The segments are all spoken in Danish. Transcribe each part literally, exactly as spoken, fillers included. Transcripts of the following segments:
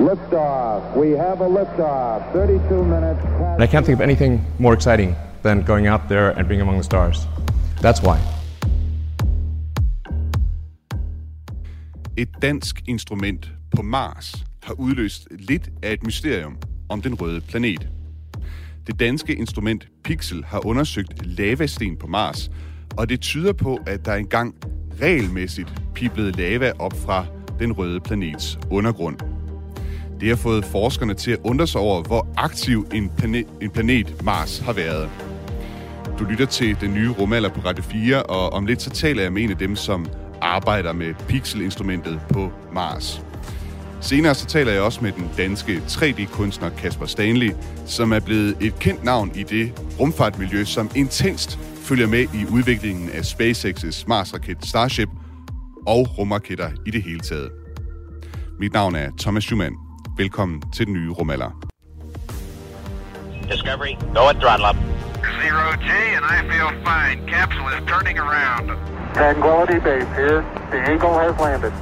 Liftoff. We have a liftoff. thirty-two minutes past... And I can't think of anything more exciting than going out there and being among the stars. That's why. Et dansk instrument på Mars har udløst lidt af et mysterium om den røde planet. Det danske instrument Pixel har undersøgt lavasten på Mars, og det tyder på, at der engang regelmæssigt piblede lava op fra den røde planets undergrund. Det har fået forskerne til at undre sig over, hvor aktiv en planet, en planet Mars har været. Du lytter til den nye rumalder på Radio fire, og om lidt så taler jeg med en af dem, som arbejder med Pixel-instrumentet på Mars. Senere så taler jeg også med den danske tre D-kunstner Kasper Stanley, som er blevet et kendt navn i det rumfartmiljø, som intenst følger med i udviklingen af SpaceX's Mars-raket Starship og rumraketter i det hele taget. Mit navn er Thomas Schumann. Velkommen til den nye rumalder. Discovery, go at throttle up. Zero G, and I feel fine. Capsule is turning around. Tranquility Base here. The Eagle has landed.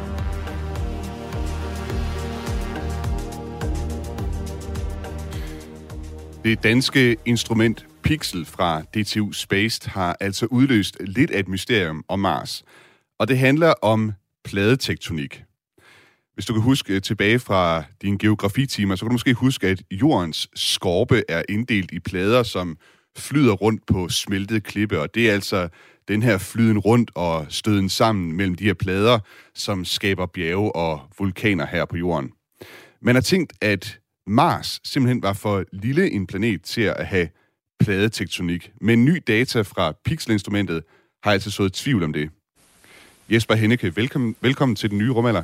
Det danske instrument Pixel fra D T U Space har altså udløst lidt af et mysterium om Mars. Og det handler om pladetektonik. Hvis du kan huske tilbage fra dine geografitimer, så kan du måske huske, at jordens skorpe er inddelt i plader, som flyder rundt på smeltet klippe. Og det er altså den her flyden rundt og støden sammen mellem de her plader, som skaber bjerge og vulkaner her på jorden. Man har tænkt, at Mars simpelthen var for lille en planet til at have pladetektonik. Men ny data fra Pixel-instrumentet har altså sået tvivl om det. Jesper Henneke, velkommen, velkommen til den nye rumalder.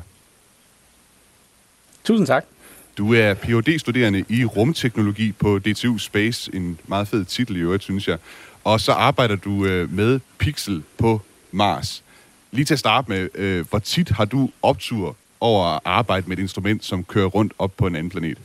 Tusind tak. Du er P H D-studerende i rumteknologi på D T U Space, en meget fed titel i øvrigt, synes jeg. Og så arbejder du med Pixel på Mars. Lige til at starte med, hvor tit har du optur over at arbejde med et instrument, som kører rundt op på en anden planet?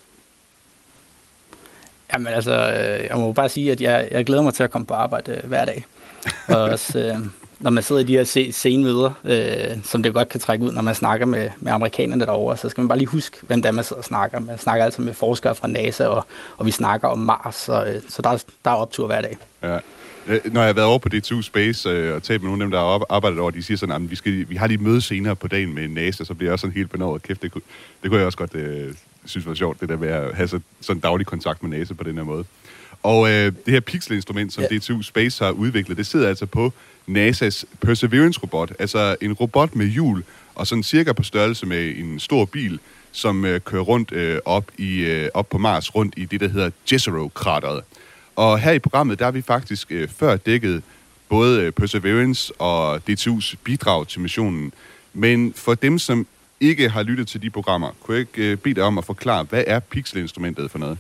Jamen altså, jeg må bare sige, at jeg, jeg glæder mig til at komme på arbejde hver dag. Og også, øh, når man sidder i de her sene møder, øh, som det godt kan trække ud, når man snakker med, med amerikanerne derovre, så skal man bare lige huske, hvem der er, man sidder og snakker. Man snakker altså med forskere fra NASA, og, og vi snakker om Mars, så, øh, så der, der er optur hver dag. Ja. Når jeg har været over på D T U Space øh, og talt med nogle af dem, der har arbejdet over, de siger sådan, at vi, skal, vi har lige møde senere på dagen med NASA, så bliver jeg også sådan helt benovet. Kæft, det kunne, det kunne jeg også godt øh, synes var sjovt, det der med at have så, sådan daglig kontakt med NASA på den her måde. Og øh, det her Pixel-instrument, som ja. D T U Space har udviklet, det sidder altså på NASA's Perseverance-robot, altså en robot med hjul og sådan cirka på størrelse med en stor bil, som øh, kører rundt øh, op, i, øh, op på Mars, rundt i det, der hedder Jezero-krateret. Og her i programmet, der har vi faktisk øh, før dækket både øh, Perseverance og D T U's bidrag til missionen. Men for dem, som ikke har lyttet til de programmer, kunne jeg ikke øh, bede dig om at forklare, hvad er Pixel-instrumentet for noget?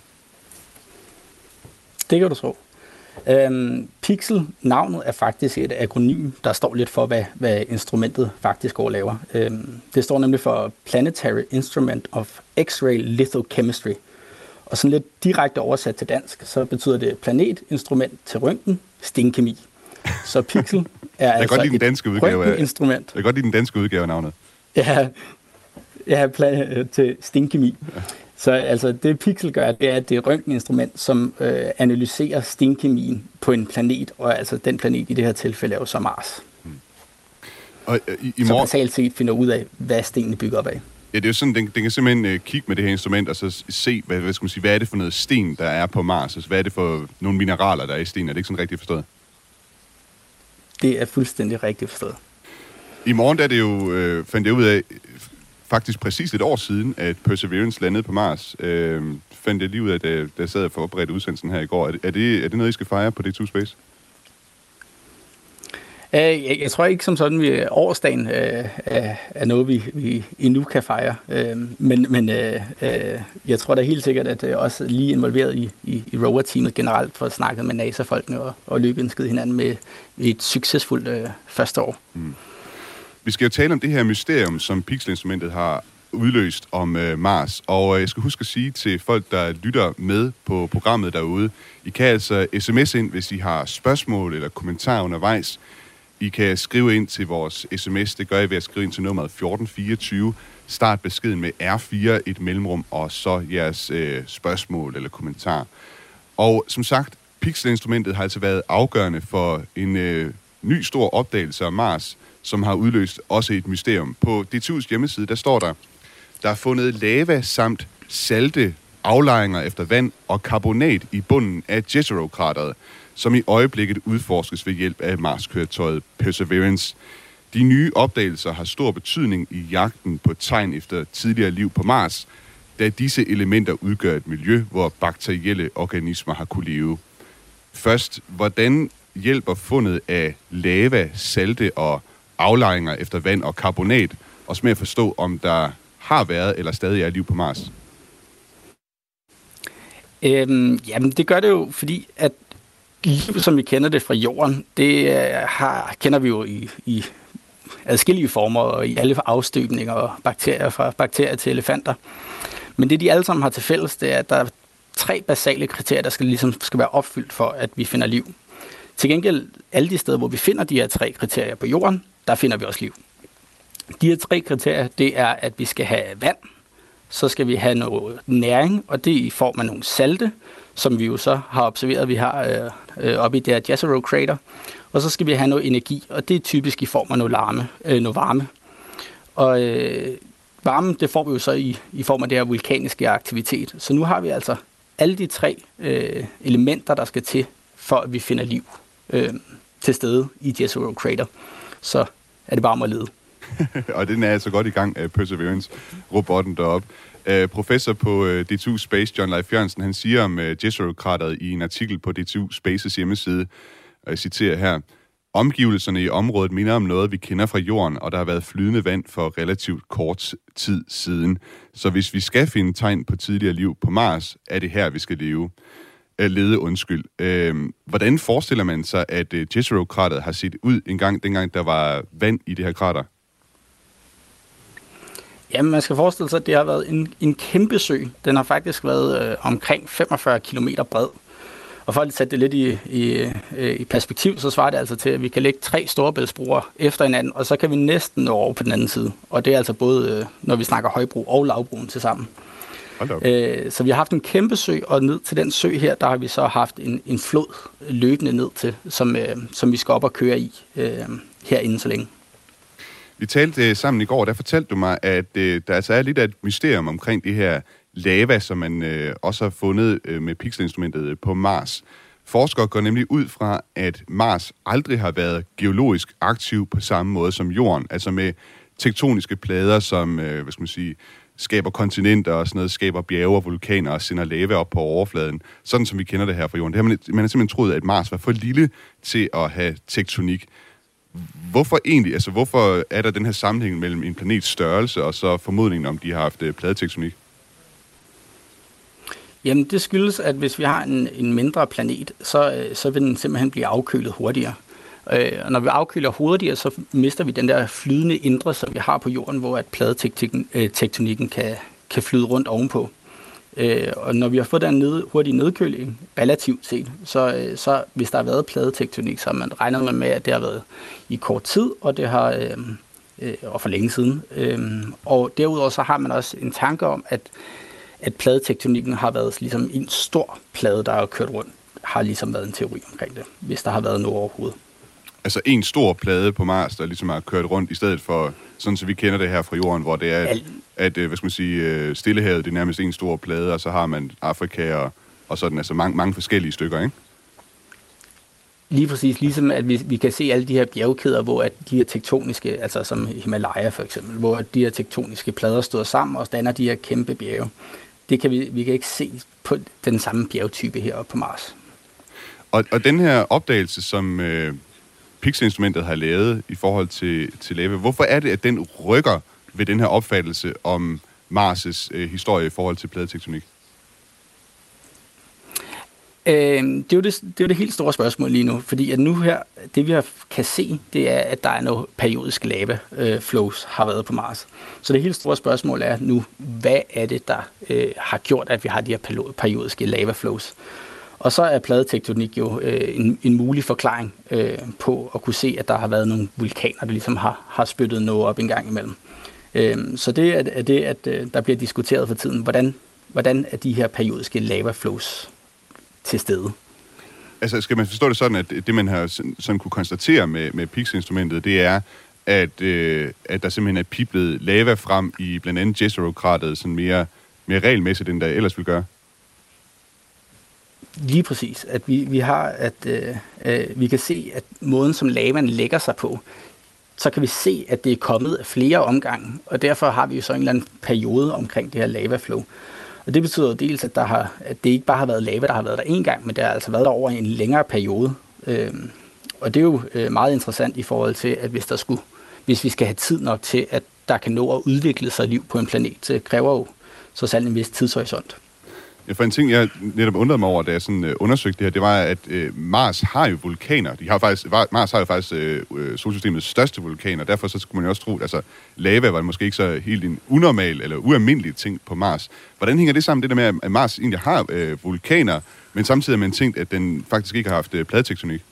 Det kan du tro. Øhm, Pixel, navnet er faktisk et akronym, der står lidt for, hvad, hvad instrumentet faktisk går og laver. Øhm, det står nemlig for Planetary Instrument of X-ray Lithochemistry. Og sådan lidt direkte oversat til dansk, så betyder det planetinstrument til røntgen, stenkemi. Så Pixel er altså et røntgeninstrument. Jeg kan godt lide den danske udgave af navnet. Ja, ja plan- til stenkemi. Ja. Så altså, det Pixel gør, det er, at det er et røntgeninstrument, som øh, analyserer stenkemien på en planet, og altså den planet i det her tilfælde er jo så Mars. Hmm. Og, øh, i, i så morgen... basalt set finder ud af, hvad stenene bygger op af. Ja, det er jo sådan, den, den kan simpelthen øh, kigge med det her instrument og så se, hvad, hvad skal man sige, hvad er det for noget sten, der er på Mars? Altså, hvad er det for nogle mineraler, der er i sten? Er det ikke sådan rigtigt forstået? Det er fuldstændig rigtigt forstået. I morgen er det jo, øh, fandt jeg ud af, faktisk præcis et år siden, at Perseverance landede på Mars. Øh, fandt jeg lige ud af, da jeg sad og forberedte udsendelsen her i går. Er det, er det, er det noget, I skal fejre på D T U Space? Jeg, jeg tror ikke som sådan, at årsdagen øh, er, er noget, vi, vi endnu kan fejre. Øh, men men øh, jeg tror da helt sikkert, at jeg også lige involveret i, i, i rover-teamet generelt for at snakke med NASA-folkene og, og lykkeønsket hinanden med et succesfuldt øh, første år. Mm. Vi skal jo tale om det her mysterium, som Pixel-instrumentet har udløst om øh, Mars. Og jeg skal huske at sige til folk, der lytter med på programmet derude, I kan altså sms ind, hvis I har spørgsmål eller kommentarer undervejs. I kan skrive ind til vores sms. Det gør I ved at skrive ind til nummeret fjorten fireogtyve. start beskeden med R fire, et mellemrum, og så jeres øh, spørgsmål eller kommentar. Og som sagt, Pixel-instrumentet har altså været afgørende for en øh, ny stor opdagelse af Mars, som har udløst også et mysterium. På D T U's hjemmeside, der står der, der er fundet lava samt salte aflejringer efter vand og karbonat i bunden af Jezero-krateret, som i øjeblikket udforskes ved hjælp af Mars-køretøjet Perseverance. De nye opdagelser har stor betydning i jagten på tegn efter tidligere liv på Mars, da disse elementer udgør et miljø, hvor bakterielle organismer har kunne leve. Først, hvordan hjælper fundet af lava, salte og aflejringer efter vand og karbonat os med at forstå, om der har været eller stadig er liv på Mars? Øhm, jamen, det gør det jo, fordi at liv, som vi kender det fra jorden, det har, kender vi jo i, i adskillige former og i alle afstøbninger og bakterier, fra bakterier til elefanter. Men det, de alle sammen har til fælles, det er, at der er tre basale kriterier, der skal, ligesom, skal være opfyldt for, at vi finder liv. Til gengæld, alle de steder, hvor vi finder de her tre kriterier på jorden, der finder vi også liv. De her tre kriterier, det er, at vi skal have vand, så skal vi have noget næring, og det er i form af nogle salte, som vi jo så har observeret, vi har øh, øh, oppe i det her Jezero-krater. Og så skal vi have noget energi, og det er typisk i form af noget, larme, øh, noget varme. Og øh, varme, det får vi jo så i, i form af det her vulkaniske aktivitet. Så nu har vi altså alle de tre øh, elementer, der skal til, for at vi finder liv øh, til stede i Jezero-krater. Så er det bare om at lede. Og den er altså godt i gang af Perseverance-robotten deroppe. Uh, professor på uh, D T U Space, John Leif Jørgensen, han siger om uh, Jezero-krateret i en artikel på D T U Spaces hjemmeside, og jeg citerer her, omgivelserne i området minder om noget, vi kender fra jorden, og der har været flydende vand for relativt kort tid siden. Så hvis vi skal finde tegn på tidligere liv på Mars, er det her, vi skal leve. Uh, lede, undskyld. Uh, hvordan forestiller man sig, at uh, Jezero-krateret har set ud engang, dengang der var vand i det her krater? Jamen, man skal forestille sig, at det har været en, en kæmpe sø. Den har faktisk været øh, omkring femogfyrre kilometer bred. Og for at sætte det lidt i, i, i perspektiv, så svarer det altså til, at vi kan lægge tre storebæltsbroer efter hinanden, og så kan vi næsten nå over på den anden side. Og det er altså både, øh, når vi snakker højbro og lavbroen til sammen. Øh, så vi har haft en kæmpe sø, og ned til den sø her, der har vi så haft en, en flod løbende ned til, som, øh, som vi skal op og køre i øh, herinde så længe. Vi talte sammen i går, der fortalte du mig, at øh, der altså er lidt af et mysterium omkring det her lava, som man øh, også har fundet øh, med Pixel-instrumentet på Mars. Forskere går nemlig ud fra, at Mars aldrig har været geologisk aktiv på samme måde som Jorden, altså med tektoniske plader, som øh, hvad skal man sige, skaber kontinenter og sådan noget, skaber bjerge og vulkaner og sender lava op på overfladen, sådan som vi kender det her fra Jorden. Det har man, man har simpelthen troet, at Mars var for lille til at have tektonik. Hvorfor egentlig? Altså, hvorfor er der den her sammenhæng mellem en planets størrelse og så formodningen om, de har haft pladetektonik? Jamen, det skyldes, at hvis vi har en, en mindre planet, så, så vil den simpelthen blive afkølet hurtigere. Øh, og når vi afkøler hurtigere, så mister vi den der flydende indre, som vi har på jorden, hvor at pladetektonikken kan, kan flyde rundt ovenpå. Øh, og når vi har fået den ned, hurtig nedkøling, relativt set, så, så hvis der har været pladetektonik, så har man regnet med, at det har været i kort tid, og det har øh, øh, og for længe siden. Øh, og derudover så har man også en tanke om, at, at pladetektonikken har været ligesom en stor plade, der har kørt rundt, har ligesom været en teori omkring det, hvis der har været noget overhovedet. Altså en stor plade på Mars, der ligesom har kørt rundt, i stedet for, sådan så vi kender det her fra jorden, hvor det er, at, at hvad skal man sige, Stillehavet, det er nærmest en stor plade, og så har man Afrika og, og sådan, altså mange, mange forskellige stykker, ikke? Lige præcis, ligesom at vi, vi kan se alle de her bjergkæder, hvor at de her tektoniske, altså som Himalaya for eksempel, hvor de her tektoniske plader støder sammen og danner de her kæmpe bjerge. Det kan vi, vi kan ikke se på den samme bjergtype heroppe på Mars. Og, og den her opdagelse, som øh, Pixel-instrumentet har lavet i forhold til, til lava, hvorfor er det, at den rykker ved den her opfattelse om Mars' øh, historie i forhold til pladetektonik? Øh, det, er jo det, det er jo det helt store spørgsmål lige nu, fordi at nu her, det vi kan se, det er, at der er noget periodisk lava-flows har været på Mars. Så det helt store spørgsmål er nu, hvad er det, der øh, har gjort, at vi har de her periodiske lava-flows? Og så er pladetektonik jo øh, en, en mulig forklaring øh, på at kunne se, at der har været nogle vulkaner, der ligesom har, har spyttet noget op en gang imellem. Øhm, så det er, er det, at der bliver diskuteret for tiden, hvordan, hvordan er de her periodiske lava flows til stede. Altså, skal man forstå det sådan, at det, man har sådan kunne konstatere med, med Pixel-instrumentet, det er, at, øh, at der simpelthen er piblet lava frem i blandt andet Jezero-krateret sådan mere, mere regelmæssigt, end der ellers vil gøre? Lige præcis. At vi, vi har, at øh, øh, vi kan se, at måden, som lavaen lægger sig på, så kan vi se, at det er kommet af flere omgange, og derfor har vi jo så en eller anden periode omkring det her lavaflow. Og det betyder jo dels, at, der har, at det ikke bare har været lava, der har været der en gang, men det har altså været der over en længere periode. Øhm, og det er jo øh, meget interessant i forhold til, at hvis, der skulle, hvis vi skal have tid nok til, at der kan nå at udvikle sig liv på en planet, så kræver jo så særlig en vis tidshorisont. Ja, for en ting, jeg netop undrede mig over, da jeg sådan, øh, undersøgte det her, det var, at øh, Mars har jo vulkaner. De har faktisk, Mars har jo faktisk øh, solsystemets største vulkaner, derfor så skulle man jo også tro, at altså, lava var måske ikke så helt en unormal eller ualmindelig ting på Mars. Hvordan hænger det sammen, det der med, at Mars egentlig har øh, vulkaner, men samtidig har man tænkt, at den faktisk ikke har haft øh, pladetektonik?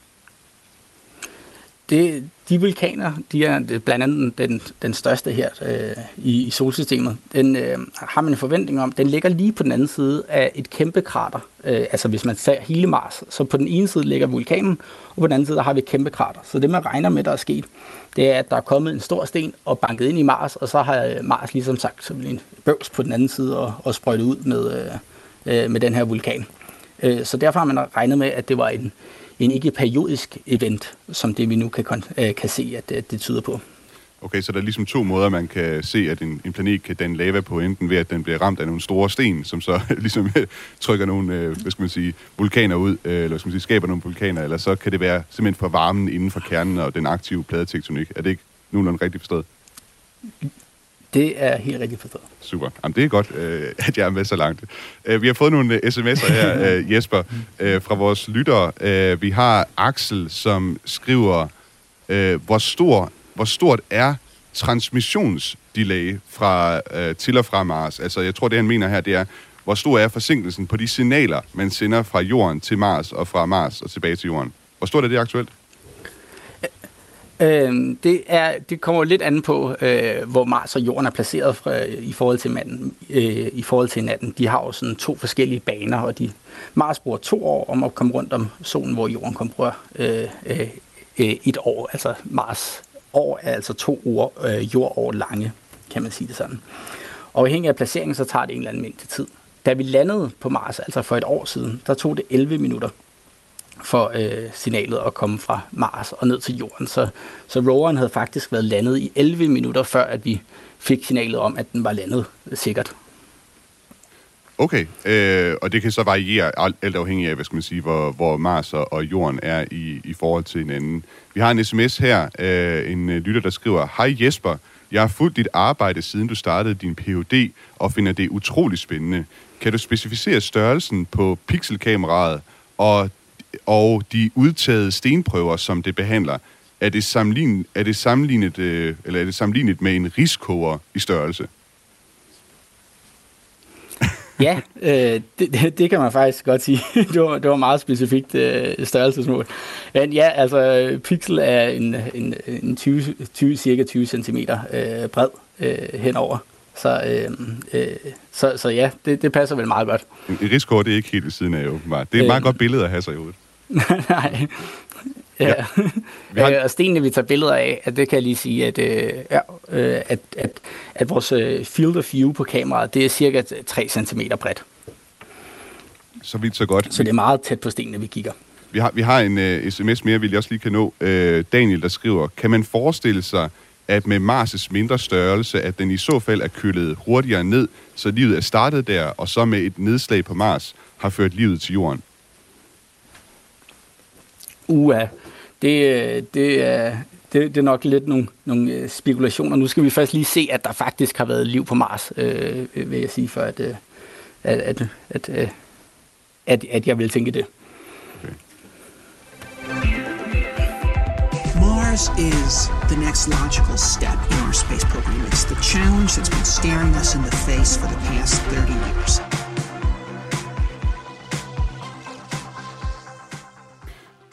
Det, de vulkaner, de er blandt andet den, den største her øh, i, i solsystemet. Den øh, har man en forventning om. Den ligger lige på den anden side af et kæmpe krater. Øh, altså hvis man ser hele Mars, så på den ene side ligger vulkanen, og på den anden side der har vi et kæmpe krater. Så det man regner med, der er sket, det er, at der er kommet en stor sten og banket ind i Mars, og så har Mars ligesom sagt som en bøvs på den anden side og, og sprøjtet ud med, øh, med den her vulkan. Øh, så derfor har man regnet med, at det var en en ikke-periodisk event, som det vi nu kan, kan se, at det, det tyder på. Okay, så der er ligesom to måder, man kan se, at en, en planet kan danne lava på, enten ved, at den bliver ramt af nogle store sten, som så ligesom trykker nogle, øh, hvad skal man sige, vulkaner ud, øh, eller hvad skal man sige, skaber nogle vulkaner, eller så kan det være simpelthen fra varmen inden for kernen og den aktive pladetektonik. Er det ikke nogenlunde rigtigt forstået? Det er helt rigtigt forstået. Super. Jamen, det er godt, øh, at jeg er med så langt. Uh, vi har fået nogle uh, sms'er her, uh, Jesper, uh, fra vores lyttere. Uh, vi har Axel, som skriver, uh, hvor, stor, hvor stort er transmissionsdelay fra, uh, til og fra Mars? Altså, jeg tror, det han mener her, det er, hvor stor er forsinkelsen på de signaler, man sender fra Jorden til Mars, og fra Mars og tilbage til Jorden? Hvor stort er det aktuelt? Øh, det, er, det kommer lidt an på, øh, hvor Mars og Jorden er placeret fra, i forhold til manden, øh, i forhold til natten. De har jo sådan to forskellige baner, og de, Mars bruger to år om at komme rundt om solen, hvor Jorden kun bruger øh, øh, et år. Altså Mars år er altså to år, øh, jordår lange, kan man sige det sådan. Og afhængig af placeringen, så tager det en eller anden mængde tid. Da vi landede på Mars, altså for et år siden, der tog det elleve minutter for øh, signalet at komme fra Mars og ned til Jorden. Så, så roveren havde faktisk været landet i elleve minutter, før at vi fik signalet om, at den var landet sikkert. Okay, øh, og det kan så variere alt afhængig af, hvad skal man sige, hvor, hvor Mars og, og Jorden er i, i forhold til hinanden. Vi har en sms her, øh, en lytter, der skriver, hej Jesper, jeg har fulgt dit arbejde, siden du startede din P H D, og finder det utrolig spændende. Kan du specificere størrelsen på pixelkameraet og og de udtagede stenprøver, som det behandler, er det sammenlignet, er det sammenlignet, øh, eller er det sammenlignet med en riskoger i størrelse? Ja, øh, det, det kan man faktisk godt sige. Det var, det var meget specifikt øh, størrelsesmål. Men ja, altså Pixel er en, en, en tyve, tyve, cirka tyve centimeter øh, bred øh, henover. Så, øh, øh, så, så ja, det, det passer vel meget godt. En riskoger, det er ikke helt ved siden af, åbenbart. Det er et øh, meget godt billede at have sig i hovedet. Nej. Ja. Ja. Har... Og stenene, vi tager billeder af, at det kan jeg lige sige, at, øh, ja, øh, at, at, at vores øh, field of view på kameraet, det er cirka tre centimeter bredt. Så vidt så godt. Så det er meget tæt på stenene, vi kigger. Vi har, vi har en uh, sms mere, vil jeg også lige kan nå. Uh, Daniel, der skriver, kan man forestille sig, at med Mars' mindre størrelse, at den i så fald er kølet hurtigere ned, så livet er startet der, og så med et nedslag på Mars har ført livet til Jorden? Uha, det, det, er, det, det er nok lidt nogle, nogle spekulationer. Nu skal vi først lige se, at der faktisk har været liv på Mars, øh, vil jeg sige, for at, at, at, at, at, at jeg vil tænke det. Okay. Mars is the next logical step in our space program. It's the challenge that's been staring us in the face for the past thirty years.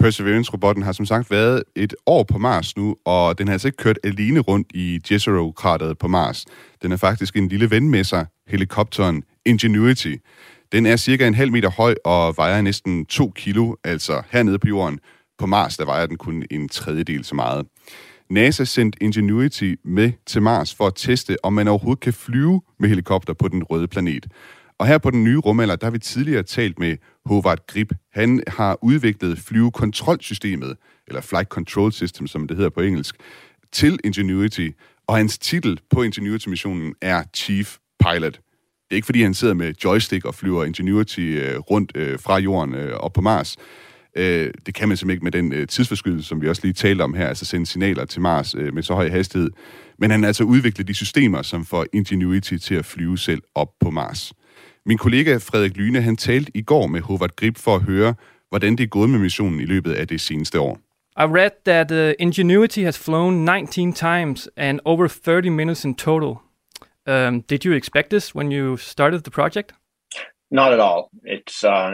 Perseverance-robotten har som sagt været et år på Mars nu, og den har altså ikke kørt alene rundt i Jezero-krateret på Mars. Den er faktisk en lille ven med sig, helikopteren Ingenuity. Den er cirka en halv meter høj og vejer næsten to kilo, altså hernede på jorden. På Mars, der vejer den kun en tredjedel så meget. NASA sendte Ingenuity med til Mars for at teste, om man overhovedet kan flyve med helikopter på den røde planet. Og her på den nye rumalder, der har vi tidligere talt med Håvard Grip. Han har udviklet flyvekontrolsystemet, eller Flight Control System, som det hedder på engelsk, til Ingenuity. Og hans titel på Ingenuity-missionen er Chief Pilot. Det er ikke, fordi han sidder med joystick og flyver Ingenuity rundt fra jorden op på Mars. Det kan man simpelthen ikke med den tidsforskydelse, som vi også lige talte om her, altså sende signaler til Mars med så høj hastighed. Men han har altså udviklet de systemer, som får Ingenuity til at flyve selv op på Mars. Min kollega Frederik Lyne, han talte i går med Håvard Grip for at høre, hvordan det er gået med missionen i løbet af det seneste år. I read that uh, Ingenuity has flown nineteen times and over thirty minutes in total. Um, did you expect this when you started the project? Not at all. It's uh,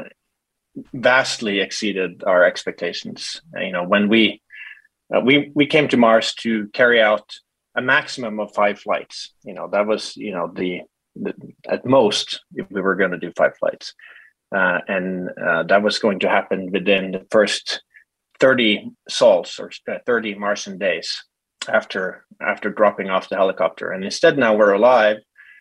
vastly exceeded our expectations. Uh, you know, when we uh, we we came to Mars to carry out a maximum of five flights. You know, that was you know the, the at most if we were going to do five flights, uh, and uh, that was going to happen within the first thirty sols or thirty Martian days after after dropping off the helicopter. And instead now we're alive,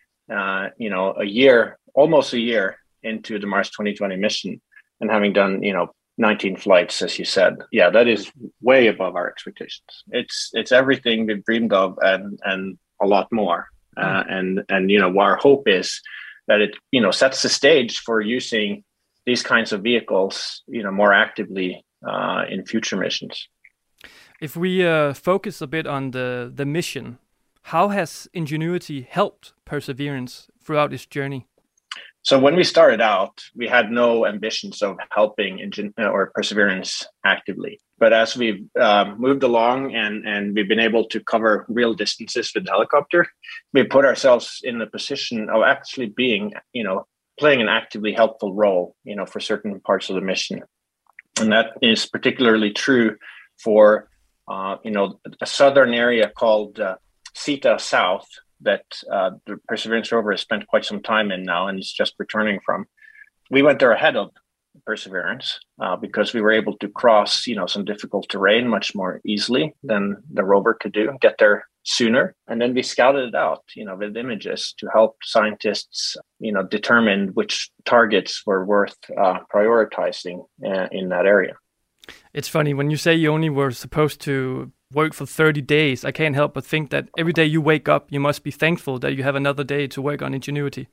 uh, you know, a year, almost a year into the Mars twenty twenty mission and having done, you know, nineteen flights, as you said. Yeah, that is way above our expectations. It's it's everything we've dreamed of and and a lot more. Uh, and, and, you know, our hope is that it, you know, sets the stage for using these kinds of vehicles, you know, more actively uh, in future missions. If we uh, focus a bit on the, the mission, how has Ingenuity helped Perseverance throughout its journey? So when we started out, we had no ambitions of helping Ingen- or Perseverance actively. But as we've um, moved along and, and we've been able to cover real distances with the helicopter, we put ourselves in the position of actually being, you know, playing an actively helpful role, you know, for certain parts of the mission. And that is particularly true for, uh, you know, a southern area called uh, Sita South, that uh, the Perseverance rover has spent quite some time in now and is just returning from. We went there ahead of Perseverance uh, because we were able to cross, you know, some difficult terrain much more easily than the rover could do, get there sooner. And then we scouted it out, you know, with images to help scientists, you know, determine which targets were worth uh, prioritizing uh, in that area. It's funny, when you say you only were supposed to work for thirty days, I can't help but think that every day you wake up, you must be thankful that you have another day to work on Ingenuity.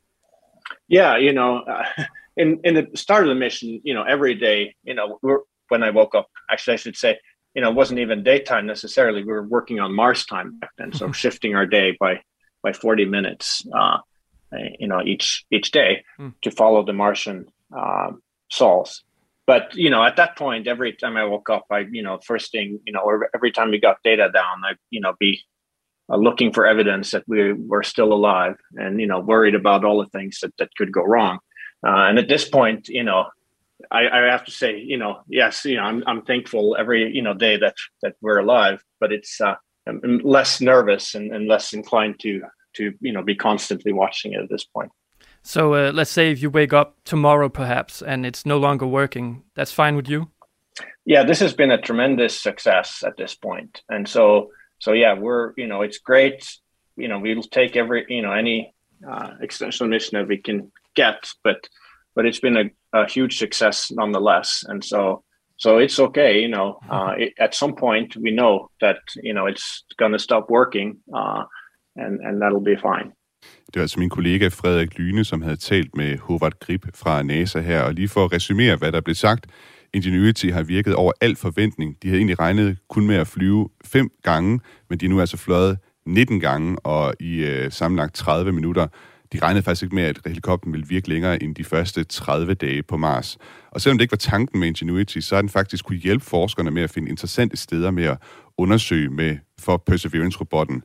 Yeah, you know, uh, in, in the start of the mission, you know, every day, you know, we're, when I woke up, actually I should say, you know, it wasn't even daytime necessarily. We were working on Mars time back then, so shifting our day by, by forty minutes, uh, you know, each each day mm. to follow the Martian um, sols. But, you know, at that point, every time I woke up, I, you know, first thing, you know, or every time we got data down, I'd, you know, be uh, looking for evidence that we were still alive and, you know, worried about all the things that, that could go wrong. Uh, and at this point, you know, I, I have to say, you know, yes, you know, I'm I'm thankful every, you know, day that that we're alive, but it's uh, I'm less nervous and, and less inclined to, to, you know, be constantly watching it at this point. So uh, let's say if you wake up tomorrow, perhaps, and it's no longer working, that's fine with you? Yeah, this has been a tremendous success at this point. And so, so yeah, we're, you know, it's great. You know, we'll take every, you know, any uh, extension mission that we can get, but, but it's been a, a huge success nonetheless. And so, so it's okay. You know, uh, it, at some point we know that, you know, it's going to stop working uh, and, and that'll be fine. Det var altså min kollega Frederik Lyne, som havde talt med Håvard Grip fra NASA her. Og lige for at resumere, hvad der blev sagt, Ingenuity har virket over al forventning. De havde egentlig regnet kun med at flyve fem gange, men de er nu altså fløjet nitten gange, og i øh, sammenlagt tredive minutter. De regnede faktisk ikke med, at helikopteren ville virke længere end de første tredive dage på Mars. Og selvom det ikke var tanken med Ingenuity, så har den faktisk kunne hjælpe forskerne med at finde interessante steder med at undersøge med for Perseverance-robotten.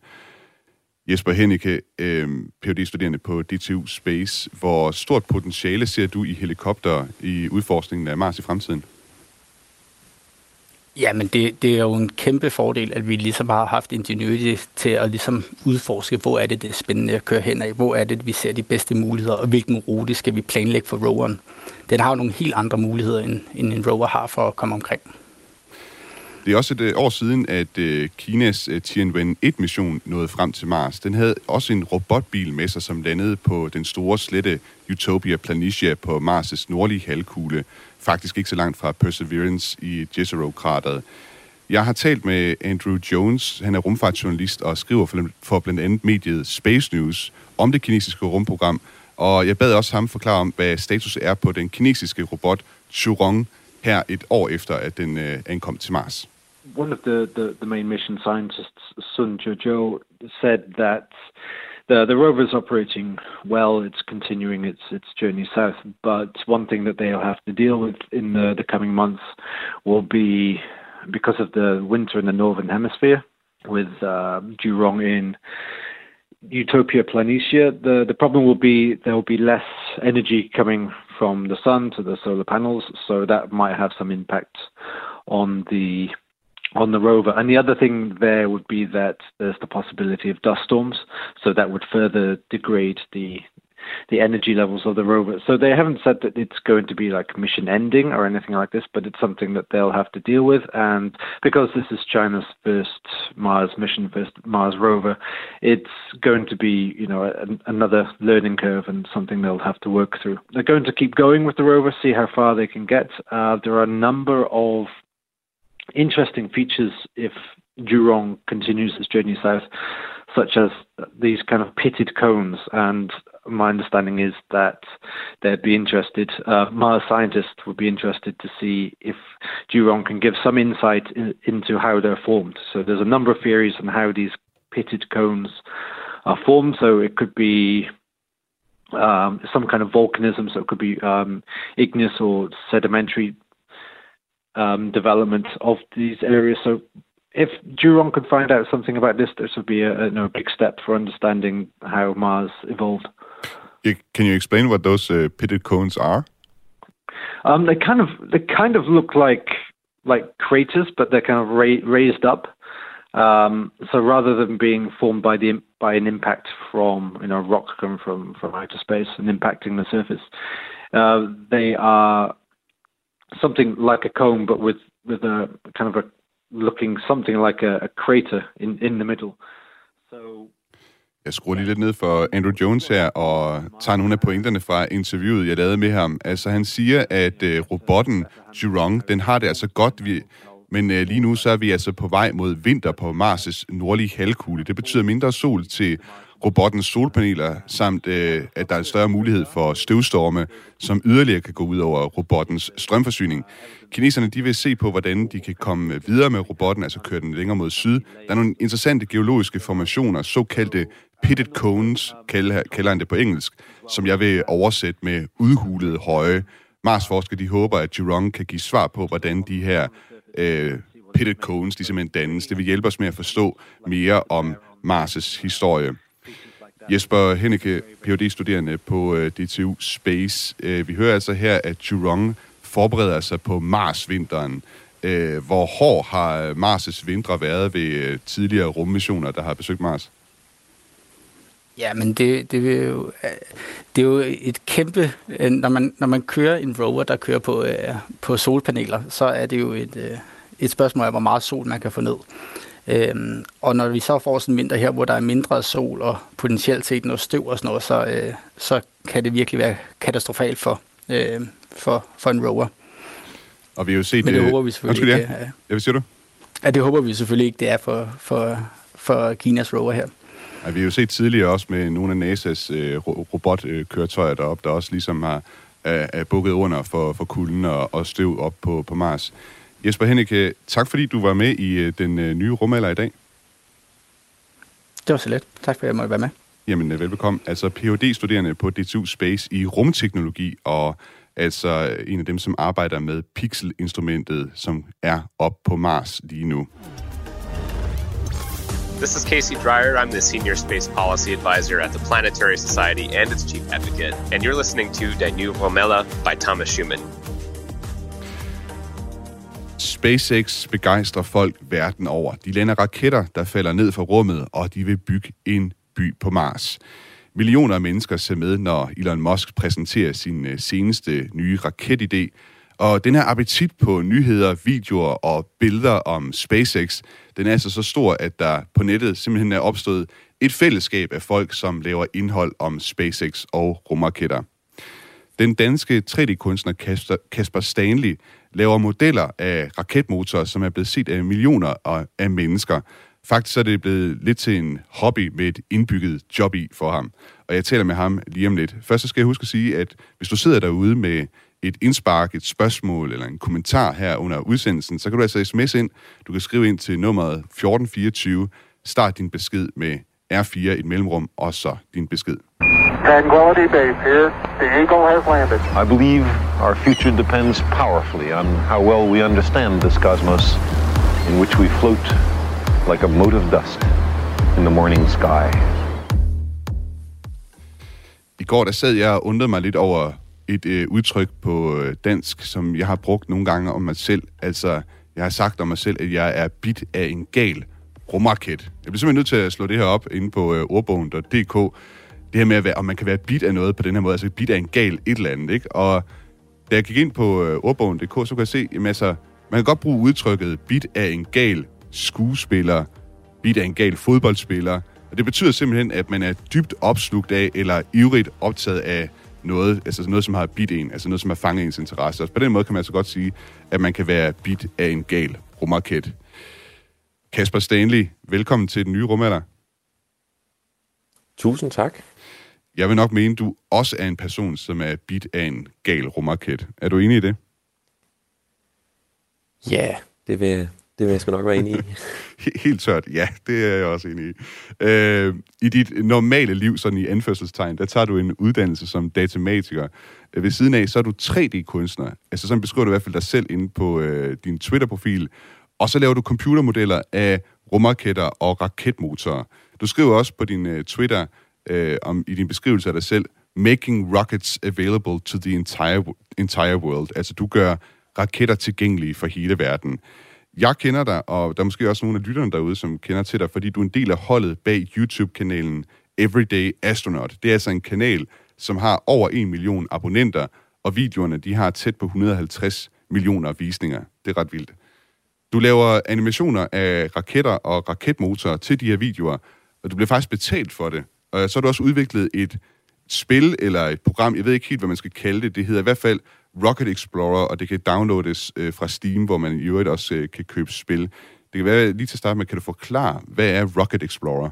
Jesper Hennecke, øh, P H D-studerende på D T U Space. Hvor stort potentiale ser du i helikopter i udforskningen af Mars i fremtiden? Ja, men det, det er jo en kæmpe fordel, at vi ligesom har haft Ingenuity til at ligesom udforske, hvor er det, det er spændende at køre hen af, hvor er det, vi ser de bedste muligheder, og hvilken rute skal vi planlægge for roveren. Den har jo nogle helt andre muligheder, end, end en rover har for at komme omkring. Det er også et øh, år siden, at øh, Kinas øh, Tianwen et-mission nåede frem til Mars. Den havde også en robotbil med sig, som landede på den store slette Utopia Planitia på Mars' nordlige halvkugle. Faktisk ikke så langt fra Perseverance i Jezero-krateret. Jeg har talt med Andrew Jones. Han er rumfartsjournalist og skriver for, for blandt andet mediet Space News om det kinesiske rumprogram. Og jeg bad også ham forklare om, hvad status er på den kinesiske robot Zhurong her et år efter, at den øh, ankom til Mars. One of the, the, the main mission scientists, Sun Jiuzhou, said that the, the rover is operating well. It's continuing its its journey south, but one thing that they'll have to deal with in the, the coming months will be because of the winter in the northern hemisphere, with uh, Zhurong in Utopia Planitia. The the problem will be there will be less energy coming from the sun to the solar panels, so that might have some impact on the on the rover. And the other thing there would be that there's the possibility of dust storms, so that would further degrade the the energy levels of the rover. So they haven't said that it's going to be like mission ending or anything like this, but it's something that they'll have to deal with. And because this is China's first Mars mission, first Mars rover, it's going to be, you know, a, another learning curve and something they'll have to work through. They're going to keep going with the rover, see how far they can get. Uh, there are a number of interesting features if Zhurong continues its journey south, such as these kind of pitted cones. And my understanding is that they'd be interested, uh, Mars scientists would be interested to see if Zhurong can give some insight in, into how they're formed. So there's a number of theories on how these pitted cones are formed. So it could be um, some kind of volcanism, so it could be um, igneous or sedimentary um, development of these areas. So if Zhurong could find out something about this, this would be a, a you know, big step for understanding how Mars evolved. Can you explain what those uh, pitted cones are? Um, they kind of they kind of look like like craters, but they're kind of ra- raised up. Um, so rather than being formed by the by an impact from you know rock coming from from outer space and impacting the surface, uh, they are something like a cone, but with with a kind of a looking something like a, a crater in in the middle. So. Jeg skruer lige lidt ned for Andrew Jones her, og tager nogle af pointerne fra interviewet, jeg lavede med ham. Altså, han siger, at øh, robotten Zhurong, den har det altså godt, vi, men øh, lige nu så er vi altså på vej mod vinter på Mars' nordlige halvkugle. Det betyder mindre sol til robottens solpaneler, samt øh, at der er større mulighed for støvstorme, som yderligere kan gå ud over robottens strømforsyning. Kineserne de vil se på, hvordan de kan komme videre med robotten, altså køre den længere mod syd. Der er nogle interessante geologiske formationer, såkaldte pitted cones, kalder, kalder han det på engelsk, som jeg vil oversætte med udhulede høje. Mars-forskere de håber, at Zhurong kan give svar på, hvordan de her øh, pitted cones de simpelthen dannes. Det vil hjælpe os med at forstå mere om Mars' historie. Jesper Hennecke, P H D-studerende på øh, D T U Space. Øh, vi hører altså her, at Zhurong forbereder sig på Mars-vinteren. Øh, hvor hård har Mars' vintre været ved øh, tidligere rummissioner, der har besøgt Mars? Ja, men det, det, er jo, det er jo et kæmpe... Når man, når man kører en rover, der kører på, på solpaneler, så er det jo et, et spørgsmål af, hvor meget sol man kan få ned. Øhm, og når vi så får sådan en vinter her, hvor der er mindre sol og potentielt set noget støv og sådan noget, så, øh, så kan det virkelig være katastrofalt for, øh, for, for en rover. Og vi har jo set... Men det håber vi selvfølgelig ikke. Ja, hvad siger du? Ja, det håber vi selvfølgelig ikke, det er for, for, for Kinas rover her. Ja, vi har jo set tidligere også med nogle af NASA's øh, robotkøretøjer deroppe, der også ligesom har øh, er bukket under for, for kulden og, og støv op på, på Mars. Jesper Hennecke, tak fordi du var med i øh, den øh, nye rumalder i dag. Det var så let. Tak fordi jeg måtte være med. Jamen, velbekomme. Altså P H D-studerende på D T U Space i rumteknologi, og altså en af dem, som arbejder med Pixel-instrumentet, som er op på Mars lige nu. This is Casey Dreyer. I'm the Senior Space Policy Advisor at the Planetary Society and its Chief Advocate. And you're listening to Die Neue Romella by Thomas Schumann. SpaceX begejstrer folk verden over. De lander raketter, der falder ned fra rummet, og de vil bygge en by på Mars. Millioner af mennesker ser med, når Elon Musk præsenterer sin seneste nye raketidé. Og den her appetit på nyheder, videoer og billeder om SpaceX, den er altså så stor, at der på nettet simpelthen er opstået et fællesskab af folk, som laver indhold om SpaceX og rumraketter. Den danske tre D-kunstner Kasper Stanley laver modeller af raketmotorer, som er blevet set af millioner af mennesker. Faktisk er det blevet lidt til en hobby med et indbygget job i for ham. Og jeg taler med ham lige om lidt. Først så skal jeg huske at sige, at hvis du sidder derude med et indspark, et spørgsmål eller en kommentar her under udsendelsen, så kan du altså sms ind. Du kan skrive ind til nummeret fjorten fireogtyve. Start din besked med R fire, et mellemrum, og så din besked. Tranquility Base here. The Eagle has landed. I believe our future depends powerfully on how well we understand this cosmos in which we float like a mote of dust in the morning sky. I går der sad jeg og undrede mig lidt over et øh, udtryk på øh, dansk, som jeg har brugt nogle gange om mig selv. Altså, jeg har sagt om mig selv, at jeg er bit af en gal rumraket. Jeg bliver simpelthen nødt til at slå det her op inde på øh, ordbogen punktum d k. Det her med, at være, om man kan være bit af noget på den her måde, altså bit af en gal et eller andet, ikke? Og da jeg gik ind på øh, ordbogen punktum d k, så kan jeg se, jamen altså, man kan godt bruge udtrykket bit af en gal skuespiller, bit af en gal fodboldspiller. Og det betyder simpelthen, at man er dybt opslugt af, eller ivrigt optaget af noget, altså noget, som har bit en, altså noget, som har fanget ens interesse. Og på den måde kan man altså godt sige, at man kan være bit af en gal rumraket. Kasper Stanley, velkommen til den nye rumalder. Tusind tak. Jeg vil nok mene, du også er en person, som er bit af en gal rumraket. Er du enig i det? Ja, det vil, det vil jeg sgu nok være enig i. Helt tørt, ja, det er jeg også enig i. Øh, I dit normale liv, sådan i anførselstegn, der tager du en uddannelse som datamatiker. Ved siden af, så er du tre D-kunstner. Altså sådan beskriver du i hvert fald dig selv inde på øh, din Twitter-profil. Og så laver du computermodeller af rumraketter og raketmotorer. Du skriver også på din uh, Twitter, uh, om, i din beskrivelse af dig selv, making rockets available to the entire, entire world. Altså, du gør raketter tilgængelige for hele verden. Jeg kender dig, og der er måske også nogle af lytterne derude, som kender til dig, fordi du er en del af holdet bag YouTube-kanalen Everyday Astronaut. Det er altså en kanal, som har over en million abonnenter, og videoerne, de har tæt på et hundrede og halvtreds millioner visninger. Det er ret vildt. Du laver animationer af raketter og raketmotorer til de her videoer, og du bliver faktisk betalt for det. Og så har du også udviklet et spil eller et program, jeg ved ikke helt, hvad man skal kalde det. Det hedder i hvert fald Rocket Explorer, og det kan downloades øh, fra Steam, hvor man i øvrigt også øh, kan købe spil. Det kan være, lige til at starte med, kan du forklare, hvad er Rocket Explorer?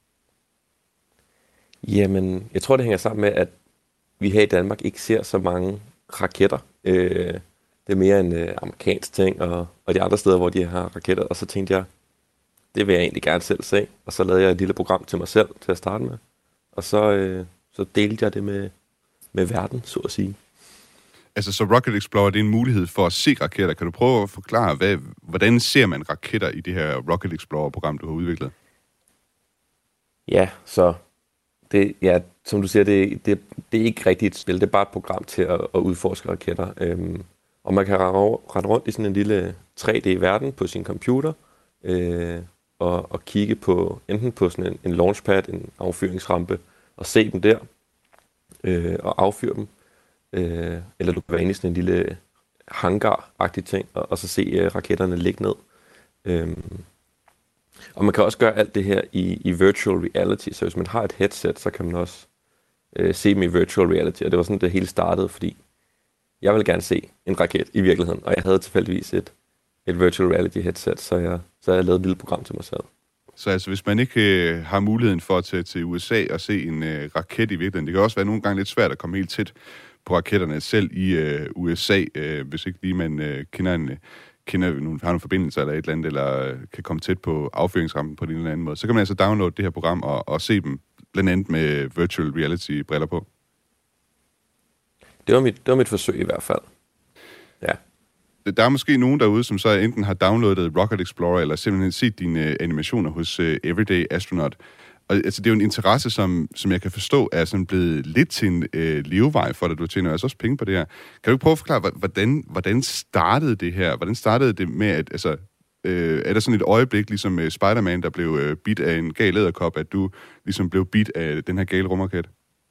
Jamen, jeg tror, det hænger sammen med, at vi her i Danmark ikke ser så mange raketter. Øh, det er mere en øh, amerikansk ting, og, og de andre steder, hvor de har raketter. Og så tænkte jeg, det vil jeg egentlig gerne selv se. Og så lavede jeg et lille program til mig selv til at starte med. Og så, øh, så delte jeg det med, med verden, så at sige. Altså, så Rocket Explorer, det er en mulighed for at se raketter. Kan du prøve at forklare, hvad, hvordan ser man raketter i det her Rocket Explorer-program, du har udviklet? Ja, så det, ja, som du siger, det, det, det er ikke rigtigt et spil. Det er bare et program til at, at udforske raketter. Øhm, og man kan rende rundt i sådan en lille tre D-verden på sin computer, øh, og, og kigge på enten på sådan en, en launchpad, en affyringsrampe, og se dem der, øh, og affyre dem. Øh, eller du kan være inde i sådan en lille hangar-agtig ting, og, og så se øh, raketterne ligge ned. Øhm, og man kan også gøre alt det her i, i virtual reality, så hvis man har et headset, så kan man også øh, se dem i virtual reality, og det var sådan, det hele startede, fordi jeg ville gerne se en raket i virkeligheden, og jeg havde tilfældigvis et, et virtual reality headset, så jeg, så jeg lavede et lille program til mig selv. Så altså, hvis man ikke øh, har muligheden for at tage til U S A og se en øh, raket i virkeligheden, det kan også være nogle gange lidt svært at komme helt tæt på raketterne selv i øh, U S A, øh, hvis ikke lige man øh, kender, en, øh, kender nogle, har nogle forbindelser eller et eller andet, eller øh, kan komme tæt på affyringsrampen på en eller anden måde. Så kan man altså downloade det her program og, og se dem, blandt andet med virtual reality-briller på. Det var mit, det var mit forsøg i hvert fald. Ja. Der er måske nogen derude, som så enten har downloadet Rocket Explorer, eller simpelthen set dine animationer hos uh, Everyday Astronaut. Og altså, det er jo en interesse, som, som jeg kan forstå, er sådan blevet lidt til en øh, levevej for dig. Du tjener altså også penge på det her. Kan du prøve at forklare, hvordan, hvordan startede det her? Hvordan startede det med, at altså, øh, er der sådan et øjeblik, ligesom med Spider-Man, der blev øh, bidt af en gal edderkop, at du ligesom blev bidt af den her gale rumraket?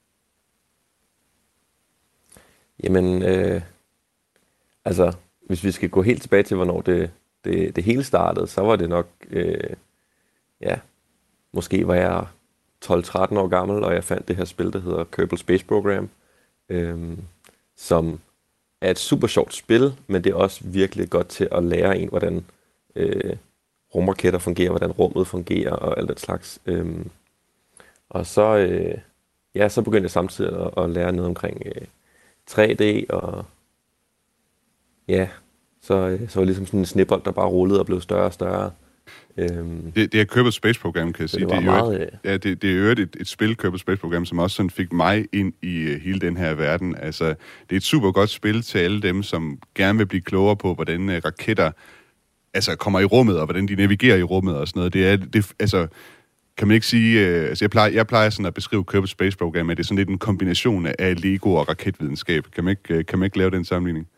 Jamen, øh, altså, hvis vi skal gå helt tilbage til, hvornår det, det, det hele startede, så var det nok, øh, ja, måske var jeg tolv tretten år gammel, og jeg fandt det her spil, der hedder Kerbal Space Program, øh, som er et super sjovt spil, men det er også virkelig godt til at lære en, hvordan øh, rumraketter fungerer, hvordan rummet fungerer, og alt den slags. Øh, og så, øh, ja, så begyndte jeg samtidig at, at lære noget omkring øh, tre D, og ja, så, så var det ligesom sådan en snebold, der bare rullede og blev større og større. Øhm, det, det er Kerbal Space Program, kan jeg sige. Det, det er meget, et, ja, det, det er jo et, et spil, Kerbal Space Program, som også sådan fik mig ind i uh, hele den her verden. Altså, det er et super godt spil til alle dem, som gerne vil blive klogere på, hvordan uh, raketter altså, kommer i rummet, og hvordan de navigerer i rummet og sådan noget. Det er, det, altså, kan man ikke sige... Uh, altså, jeg plejer, jeg plejer sådan at beskrive Kerbal Space Program, at det er sådan lidt en kombination af Lego og raketvidenskab. Kan man ikke, uh, kan man ikke lave den sammenligning?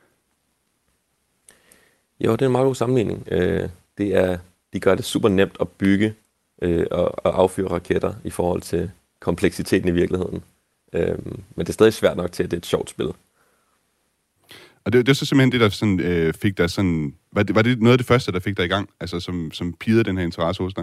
Jo, det er en meget god sammenligning. Uh, det er... De gør det super nemt at bygge øh, og, og affyre raketter i forhold til kompleksiteten i virkeligheden. Øhm, men det er stadig svært nok til, at det er et sjovt spil. Og det, det er så simpelthen det, der sådan, øh, fik dig sådan... Var det, var det noget af det første, der fik dig i gang? Altså, som, som pirrede den her interesse hos dig?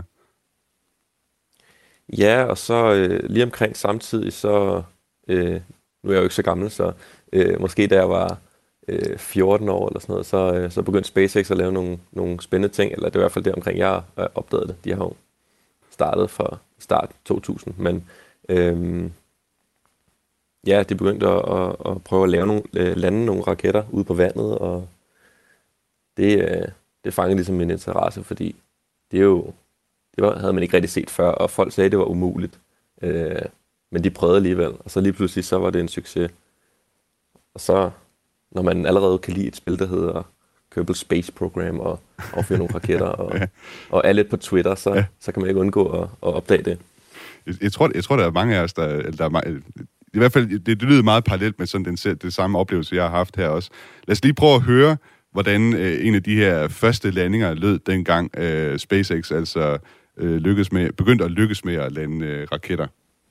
Ja, og så øh, lige omkring samtidig, så... Øh, nu er jeg jo ikke så gammel, så øh, måske da jeg var... fjorten år eller sådan noget, så, så begyndte SpaceX at lave nogle, nogle spændende ting, eller det var i hvert fald det omkring, jeg opdagede det. De har jo startet fra start to tusind, men øhm, ja, de begyndte at, at, at prøve at lave nogle, lande nogle raketter ude på vandet, og det, det fangede ligesom min interesse, fordi det er jo, det var, havde man ikke rigtig set før, og folk sagde, at det var umuligt, øh, men de prøvede alligevel, og så lige pludselig, så var det en succes. Og så når man allerede kan lide et spil, der hedder Kerbal Space Program, og affyre nogle raketter, og, ja. og er lidt på Twitter, så, ja. så kan man ikke undgå at, at opdage det. Jeg, jeg, tror, jeg tror, der er mange af os, der... der er meget, i hvert fald, det, det lyder meget parallelt med sådan den, det samme oplevelse, jeg har haft her også. Lad os lige prøve at høre, hvordan øh, en af de her første landinger lød dengang øh, SpaceX altså øh, lykkedes med, begyndte at lykkes med at lande øh, raketter.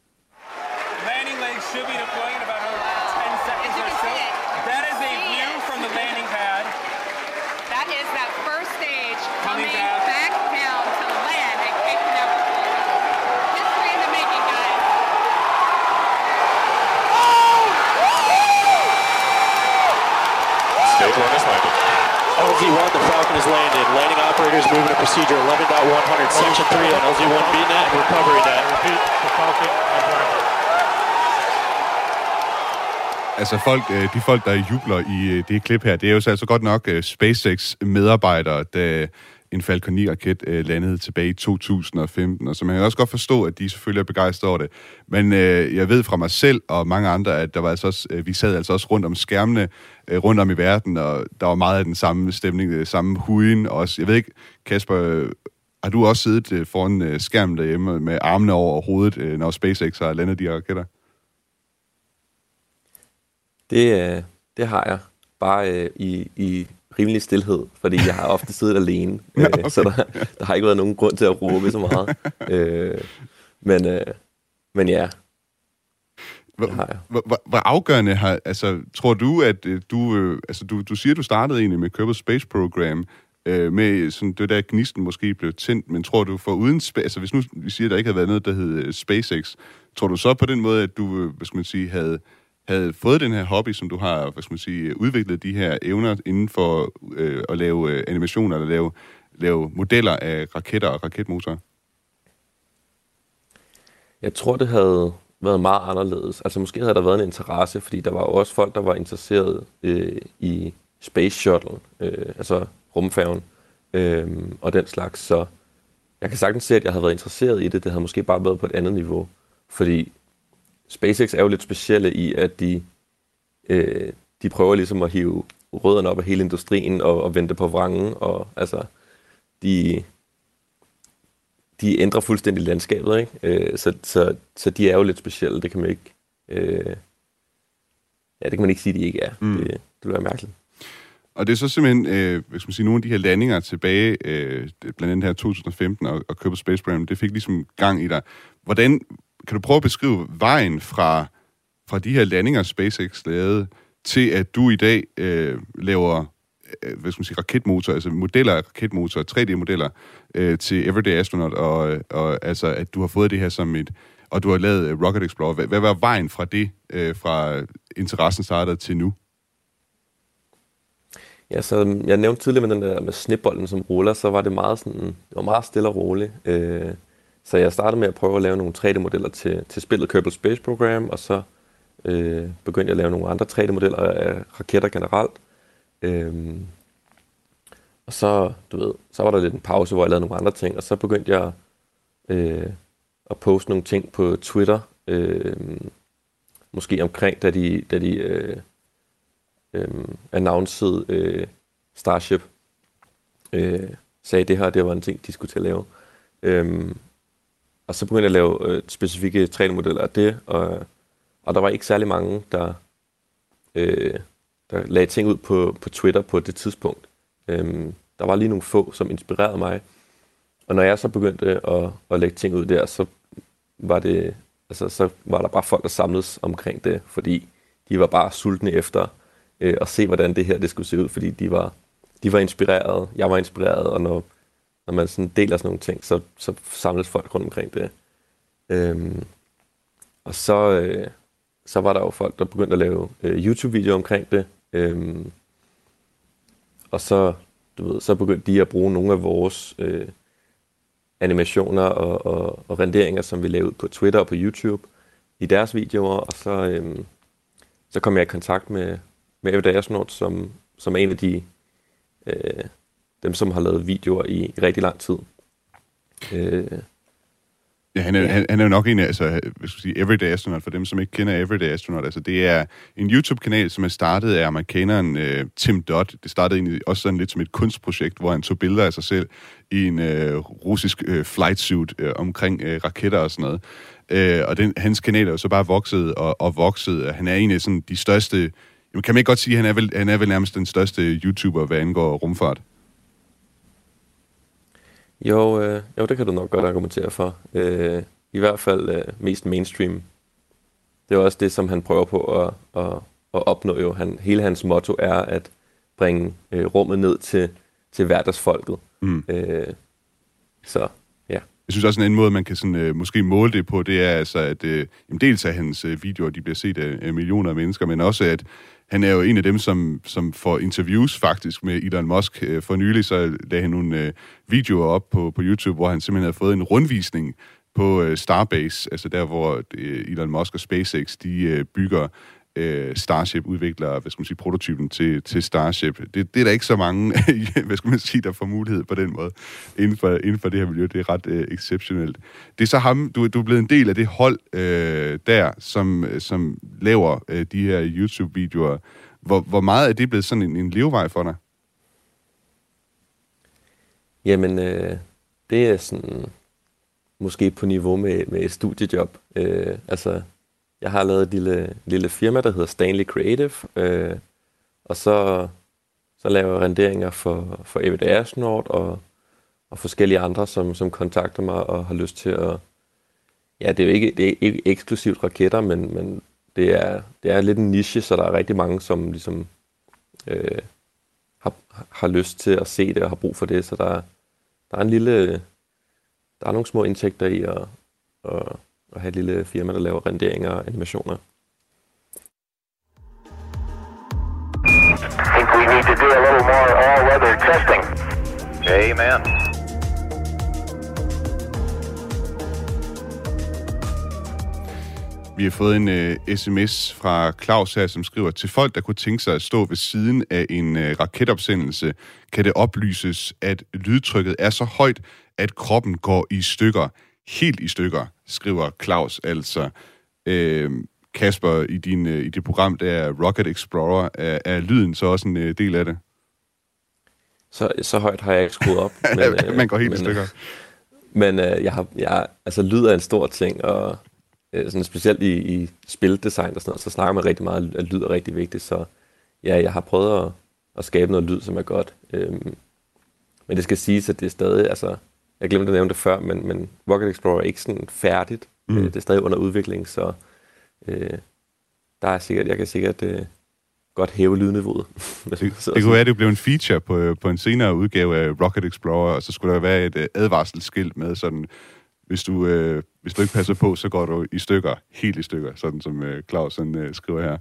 L Z one, the Falcon is landed. Landing operators moving to procedure eleven point one hundred, section three on L Z one B net and recovery net. Repeat, the Falcon has landed. Altså folk, de folk, der jubler i det klip her, det er jo så altså godt nok SpaceX medarbejdere, der en Falcon ni-raket øh, landede tilbage i to tusind og femten, og så man kan også godt forstå, at de selvfølgelig er begejstrede over det. Men øh, jeg ved fra mig selv og mange andre, at der var altså også, øh, vi sad altså også rundt om skærmene, øh, rundt om i verden, og der var meget af den samme stemning, øh, samme huden også. Jeg ved ikke, Kasper, øh, har du også siddet øh, foran øh, skærmen derhjemme med armene over hovedet, øh, når SpaceX har landet de her raketter? Det, øh, det har jeg. Bare øh, i... i rimelig stilhed, fordi jeg har ofte siddet alene, ja, okay. øh, så der, der har ikke været nogen grund til at råbe så meget. øh, men, øh, men ja, det har jeg. Hvor, hvor, hvor afgørende har, altså, tror du, at du, øh, altså, du, du siger, at du startede egentlig med Kerbal Space Program, øh, med sådan det der gnisten måske blev tændt, men tror du for uden, altså hvis nu vi siger, at der ikke havde været noget, der hed SpaceX, tror du så på den måde, at du, hvad skal man sige, havde havde fået den her hobby, som du har, hvad skal man sige, udviklet de her evner inden for øh, at lave øh, animationer, eller lave, lave modeller af raketter og raketmotorer? Jeg tror, det havde været meget anderledes. Altså måske havde der været en interesse, fordi der var jo også folk, der var interesseret øh, i Space Shuttle, øh, altså rumfærgen, øh, og den slags. Så jeg kan sagtens se, at jeg havde været interesseret i det. Det havde måske bare været på et andet niveau, fordi SpaceX er jo lidt specielle i, at de, øh, de prøver ligesom at hive rødderne op af hele industrien og, og vente på vrangen, og altså, de, de ændrer fuldstændig landskabet, ikke? Øh, så, så, så de er jo lidt specielle, det kan man ikke... Øh, ja, det kan man ikke sige, de ikke er. Mm. Det, det vil være mærkeligt. Og det er så simpelthen, øh, hvad skal man sige, nogle af de her landinger tilbage, øh, blandt andet her to tusind og femten og, og Kerbal Space Program, det fik ligesom gang i dig. Hvordan, kan du prøve at beskrive vejen fra, fra de her landinger, SpaceX lavede, til at du i dag øh, laver øh, hvad skal man sige, raketmotorer, altså modeller af raketmotorer, tre D-modeller øh, til Everyday Astronaut, og, og altså, at du har fået det her som et, og du har lavet Rocket Explorer. Hvad, hvad var vejen fra det, øh, fra interessen startede til nu? Ja, så jeg nævnte tidligere med den der med snibbolden som ruller, så var det meget sådan, det var meget stille og roligt. Øh, så jeg startede med at prøve at lave nogle tre D-modeller til, til spillet Kerbal Space Program, og så øh, begyndte jeg at lave nogle andre tre D-modeller af raketter generelt. Øh, og så, du ved, så var der lidt en pause, hvor jeg lavede nogle andre ting, og så begyndte jeg øh, at poste nogle ting på Twitter, øh, måske omkring, da de, da de øh, Øhm, announcede øh, Starship, øh, sagde det her, det var en ting, de skulle til at lave. Øhm, og så begyndte jeg at lave øh, specifikke tre D-modeller af det, og, og der var ikke særlig mange, der, øh, der lagde ting ud på, på Twitter på det tidspunkt. Øhm, der var lige nogle få, som inspirerede mig. Og når jeg så begyndte at, at lægge ting ud der, så var det, altså, så var der bare folk, der samledes omkring det, fordi de var bare sultne efter øh, at se, hvordan det her det skulle se ud, fordi de var, de var inspireret, jeg var inspireret, og når, når man sådan deler sådan nogle ting, så, så samles folk rundt omkring det. Øhm, og så, øh, så var der jo folk, der begyndte at lave øh, YouTube-videoer omkring det, øhm, og så, du ved, så begyndte de at bruge nogle af vores øh, animationer og, og, og renderinger, som vi lavede på Twitter og på YouTube, i deres videoer, og så, øhm, så kom jeg i kontakt med, med Everyday Astronaut, som, som er en af de, øh, dem, som har lavet videoer i, i rigtig lang tid. Øh, Ja, han er, ja. Han, han er jo nok en af, altså, hvad skal sige, Everyday Astronaut, for dem, som ikke kender Everyday Astronaut. Altså, det er en YouTube-kanal, som er startet af amerikaneren øh, Tim Dodd. Det startede egentlig også sådan lidt som et kunstprojekt, hvor han tog billeder af sig selv i en øh, russisk øh, flight suit øh, omkring øh, raketter og sådan noget. Øh, og den, hans kanal er jo så bare vokset og, og vokset. Han er en af sådan de største, jamen, kan man ikke godt sige, at han er vel, han er vel nærmest den største YouTuber, hvad angår rumfart? Jo, øh, jo, det kan du nok godt argumentere for. Øh, I hvert fald øh, mest mainstream. Det er også det, som han prøver på at, at, at opnå. Jo. Han, hele hans motto er at bringe øh, rummet ned til, til hverdagsfolket. Mm. Øh, så, ja. Jeg synes også, en anden måde, man kan sådan, øh, måske måle det på, det er altså, at øh, dels af hans øh, videoer, de bliver set af, af millioner af mennesker, men også, at han er jo en af dem, som, som får interviews faktisk med Elon Musk. Øh, for nylig så lagde han nogle øh, videoer op på, på YouTube, hvor han simpelthen havde fået en rundvisning på øh, Starbase, altså der, hvor øh, Elon Musk og SpaceX, de øh, bygger øh, Starship, udvikler, hvad skal man sige, prototypen til, til Starship. Det, det er der ikke så mange, hvad skal man sige, der får mulighed på den måde inden for, inden for det her miljø. Det er ret øh, exceptionelt. Det er så ham, du, du er blevet en del af det hold øh, der, som, som laver øh, de her YouTube-videoer. Hvor, hvor meget er det blevet sådan en, en levevej for dig? Jamen, øh, det er sådan måske på niveau med, med et studiejob. Øh, altså, jeg har lavet et lille, lille firma, der hedder Stanley Creative, øh, og så, så laver jeg renderinger for, for Everyday Astronaut og, og forskellige andre, som, som kontakter mig og har lyst til at... Ja, det er jo ikke, det er ikke eksklusivt raketter, men, men det, er, det er lidt en niche, så der er rigtig mange, som ligesom øh, har, har lyst til at se det og har brug for det, så der, der er en lille... Der er nogle små indtægter i at... at og have et lille firma, der laver renderinger og animationer. I think we need to do a little more all-weather testing. Amen. Vi har fået en uh, sms fra Claus her, som skriver, til folk, der kunne tænke sig at stå ved siden af en uh, raketopsendelse, kan det oplyses, at lydtrykket er så højt, at kroppen går i stykker. Helt i stykker, skriver Claus altså. Øh, Kasper, i, din, i dit program, der er Rocket Explorer, er, er lyden så også en uh, del af det? Så, så højt har jeg ikke skruet op. Men, Man går helt men, i stykker. Men øh, jeg har, jeg, altså lyd er en stor ting, og øh, sådan, specielt i, i spildesign og sådan noget, så snakker man rigtig meget, at lyd er rigtig vigtigt. Så ja, jeg har prøvet at, at skabe noget lyd, som er godt. Øhm, men det skal siges, at det er stadig, altså, jeg glemte at nævne det før, men, men Rocket Explorer er ikke sådan færdigt. Mm. Øh, det er stadig under udvikling, så øh, der er sikkert, jeg kan sikkert øh, godt hæve lydniveauet. det, det kunne være, at det blev en feature på, på en senere udgave af Rocket Explorer, og så skulle der være et uh, advarselsskilt med sådan, hvis du, øh, hvis du ikke passer på, så går du i stykker, helt i stykker, sådan som øh, Claus sådan, øh, skriver her.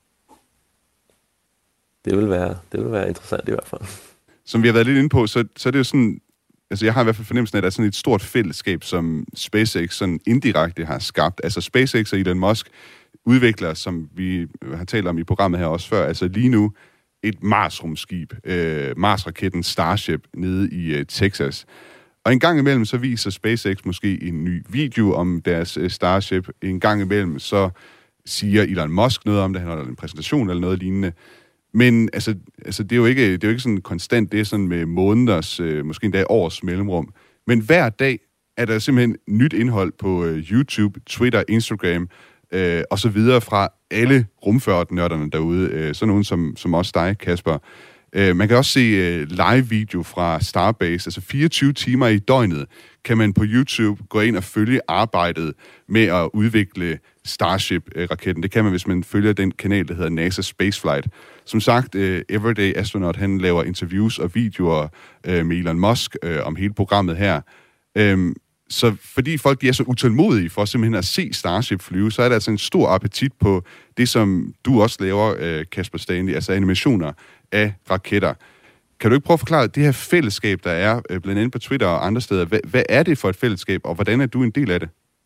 Det vil være, det vil være interessant i hvert fald. Som vi har været lidt inde på, så, så er det jo sådan, altså jeg har i hvert fald fornemmelsen af, at der er sådan et stort fællesskab, som SpaceX sådan indirekte har skabt. Altså SpaceX og Elon Musk udvikler, som vi har talt om i programmet her også før, altså lige nu et Mars-rumskib, øh, Mars-raketten Starship nede i øh, Texas. Og en gang imellem så viser SpaceX måske en ny video om deres øh, Starship. En gang imellem så siger Elon Musk noget om det, han holder en præsentation eller noget lignende. Men altså, altså det, er jo ikke, det er jo ikke sådan konstant, det er sådan med måneders, øh, måske endda års mellemrum. Men hver dag er der simpelthen nyt indhold på øh, YouTube, Twitter, Instagram øh, og så videre fra alle rumfærtnørderne derude. Øh, sådan nogen som, som også dig, Kasper. Øh, man kan også se øh, live-video fra Starbase, altså fireogtyve timer i døgnet kan man på YouTube gå ind og følge arbejdet med at udvikle Starship-raketten. Det kan man, hvis man følger den kanal, der hedder NASA Spaceflight. Som sagt, uh, Everyday Astronaut, han laver interviews og videoer uh, med Elon Musk uh, om hele programmet her. Um, så fordi folk de er så utålmodige for simpelthen at se Starship flyve, så er der altså en stor appetit på det, som du også laver, uh, Kasper Stanley, altså animationer af raketter. Kan du ikke prøve at forklare det her fællesskab, der er, uh, blandt andet på Twitter og andre steder? Hvad, hvad er det for et fællesskab, og hvordan er du en del af det?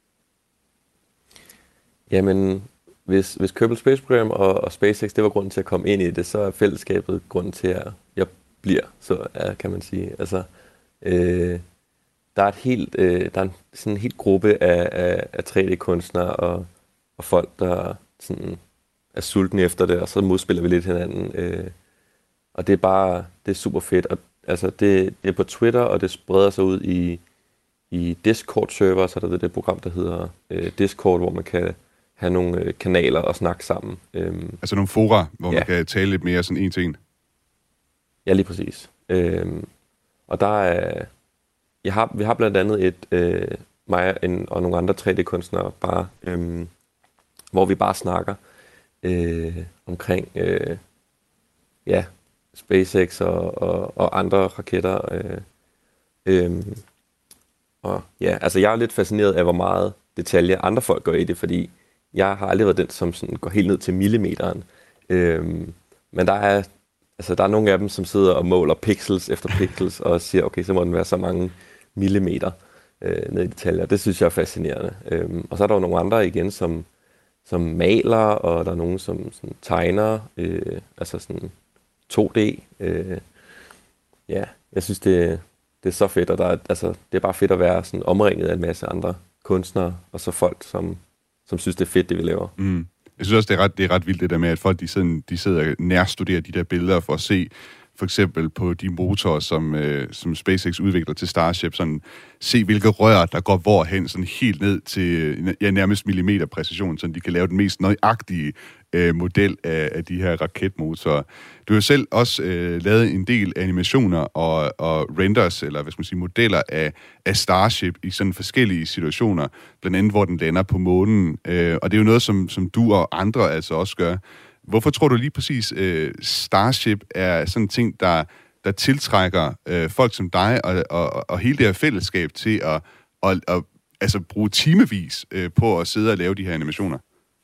Jamen, hvis, hvis Kerbal Space Program og, og SpaceX, det var grunden til at komme ind i det, så er fællesskabet grunden til, at jeg bliver, så ja, kan man sige. Altså, øh, der er et helt, øh, der er en, sådan en helt gruppe af, af, af tre D-kunstnere og, og folk, der sådan er sultne efter det, og så modspiller vi lidt hinanden. Øh, og det er bare, det er super fedt. Og, altså, det, det er på Twitter, og det spreder sig ud i, i Discord-server, så er der det, det program, der hedder øh, Discord, hvor man kan have nogle øh, kanaler og snakke sammen. Øhm, altså nogle fora, hvor ja. man kan tale lidt mere sådan en til en? Ja, lige præcis. Øhm, og der er... Jeg har, vi har blandt andet et... Øh, mig en, og nogle andre tre D-kunstnere, bare, øhm, hvor vi bare snakker øh, omkring øh, ja, SpaceX og, og, og andre raketter. Øh, øh, og ja, altså jeg er lidt fascineret af, hvor meget detaljer andre folk går i det, fordi jeg har aldrig været den, som sådan går helt ned til millimeteren. Øhm, men der er, altså, der er nogle af dem, som sidder og måler pixels efter pixels, og siger, okay, så må den være så mange millimeter øh, ned i detaljer. Det synes jeg er fascinerende. Øhm, og så er der jo nogle andre igen, som, som maler, og der er nogen, som sådan, tegner, øh, altså sådan to D. Øh, ja, jeg synes, det, det er så fedt, og der er, altså, det er bare fedt at være sådan omringet af en masse andre kunstnere, og så folk, som, som synes, det er fedt, det vi laver. Mm. Jeg synes også, det er, ret, det er ret vildt det der med, at folk de sidder, de sidder og nærstuderer de der billeder for at se, for eksempel på de motorer, som, øh, som SpaceX udvikler til Starship, sådan se, hvilke rør, der går hvorhen, sådan helt ned til ja, nærmest millimeter præcision, så de kan lave den mest nøjagtige øh, model af, af de her raketmotorer. Du har selv også øh, lavet en del animationer og, og renders, eller hvad skal man sige, modeller af, af Starship i sådan forskellige situationer, blandt andet, hvor den lander på månen, øh, og det er jo noget, som, som du og andre altså også gør. Hvorfor tror du lige præcis, øh, Starship er sådan en ting, der, der tiltrækker øh, folk som dig og, og, og hele det her fællesskab til at og, og, altså bruge timevis øh, på at sidde og lave de her animationer?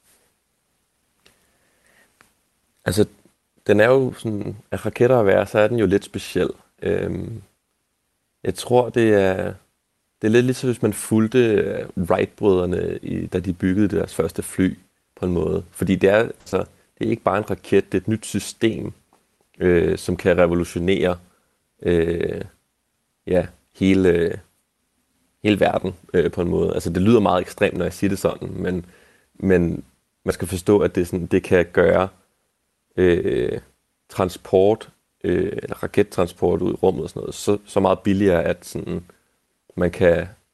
Altså, den er jo sådan, at raketter at være, så er den jo lidt speciel. Øhm, jeg tror, det er, det er lidt ligesom, hvis man fulgte Wright-brødrene, i, da de byggede deres første fly på en måde. Fordi det er, altså, det er ikke bare en raket, det er et nyt system, øh, som kan revolutionere øh, ja, hele, hele verden øh, på en måde. Altså, det lyder meget ekstremt, når jeg siger det sådan, men, men man skal forstå, at det, sådan, det kan gøre øh, transport, øh, eller rakettransport ud i rummet og sådan noget, så, så meget billigere, at sådan, man kan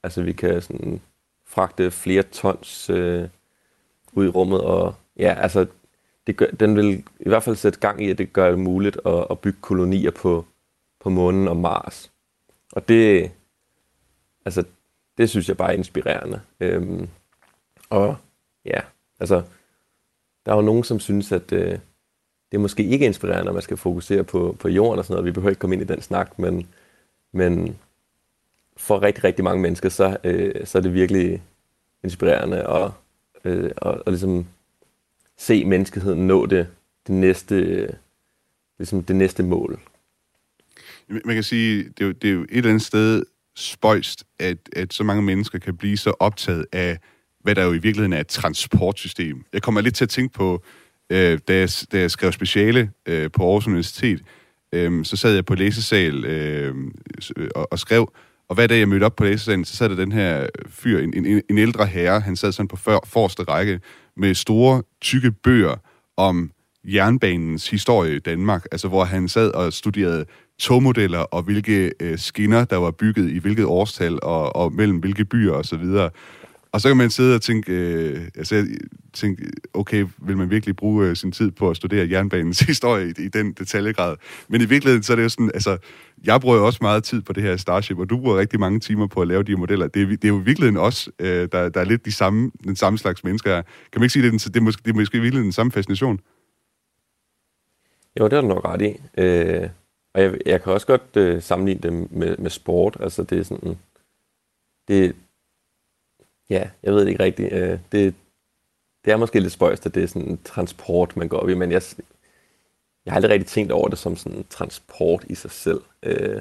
Altså vi kan sådan fragte flere tons øh, ud i rummet, og ja, altså det gør, den vil i hvert fald sætte gang i, at det gør det muligt at, at bygge kolonier på, på månen og Mars. Og det, altså, det synes jeg bare er inspirerende. Øhm, og ja, altså, der er jo nogen, som synes, at øh, det er måske ikke inspirerende, at man skal fokusere på, på jorden og sådan noget. Vi behøver ikke komme ind i den snak, men, men for rigtig, rigtig mange mennesker, så, øh, så er det virkelig inspirerende at, øh, at, at ligesom se menneskeheden nå det, det næste, ligesom det næste mål. Man kan sige, det er jo, det er jo et eller andet sted spøjst, at, at så mange mennesker kan blive så optaget af, hvad der jo i virkeligheden er et transportsystem. Jeg kommer lidt til at tænke på, øh, da, jeg, da jeg skrev speciale øh, på Aarhus Universitet, øh, så sad jeg på læsesal øh, og, og skrev, og hver dag jeg mødte op på læsesalen, så sad der den her fyr, en, en, en ældre herre, han sad sådan på for, forreste række, med store, tykke bøger om jernbanens historie i Danmark, altså hvor han sad og studerede togmodeller og hvilke øh, skinner, der var bygget i hvilket årstal og, og mellem hvilke byer og så videre. Og så kan man sidde og tænke, øh, altså, tænke, okay, vil man virkelig bruge øh, sin tid på at studere jernbanens historie i, i den detaljegrad? Men i virkeligheden, så er det jo sådan, altså, jeg bruger jo også meget tid på det her Starship, og du bruger rigtig mange timer på at lave de modeller. Det er, det er jo i virkeligheden også, øh, der, der er lidt de samme, den samme slags mennesker her. Kan man ikke sige, at det er, det er, måske, det er måske i virkeligheden den samme fascination? Jo, det er du nok ret i. Øh, og jeg, jeg kan også godt øh, sammenligne det med, med sport. Altså, det er sådan... Det, ja, jeg ved det ikke rigtigt. Øh, det, det er måske lidt spøjst, at det er sådan transport, man går op i, men jeg, jeg har aldrig rigtig tænkt over det som sådan transport i sig selv. Øh,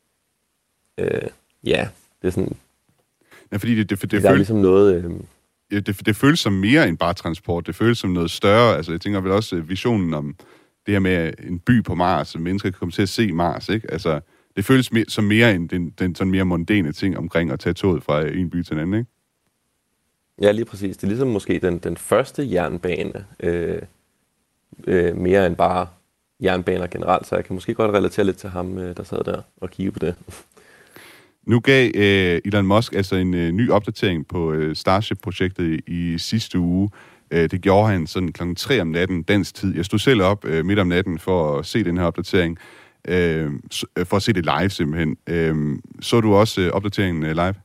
øh, ja, det er sådan... Ja, fordi det, det, det, det der føles, er ligesom noget... Øh, ja, det, det føles som mere end bare transport. Det føles som noget større. Altså, jeg tænker vel også visionen om det her med en by på Mars, at mennesker kan komme til at se Mars, ikke? Altså, det føles mere, som mere end den, den sådan mere mondæne ting omkring at tage toget fra en by til en anden, ikke? Ja, lige præcis. Det er ligesom måske den, den første jernbane, øh, øh, mere end bare jernbaner generelt, så jeg kan måske godt relatere lidt til ham, øh, der sad der og kiggede på det. Nu gav øh, Elon Musk altså en øh, ny opdatering på øh, Starship-projektet i, i sidste uge. Øh, det gjorde han sådan klokken tre om natten, dansk tid. Jeg stod selv op øh, midt om natten for at se den her opdatering, øh, for at se det live simpelthen. Øh, så du også øh, opdateringen øh, live?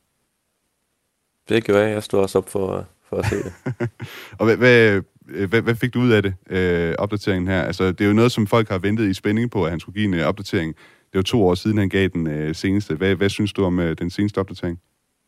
Det gjorde jeg. Jeg stod også op for, for at se det. Og hvad, hvad, hvad, hvad fik du ud af det, øh, opdateringen her? Altså, det er jo noget, som folk har ventet i spænding på, at han skulle give en øh, opdatering. Det var to år siden, han gav den øh, seneste. Hvad, hvad synes du om øh, den seneste opdatering?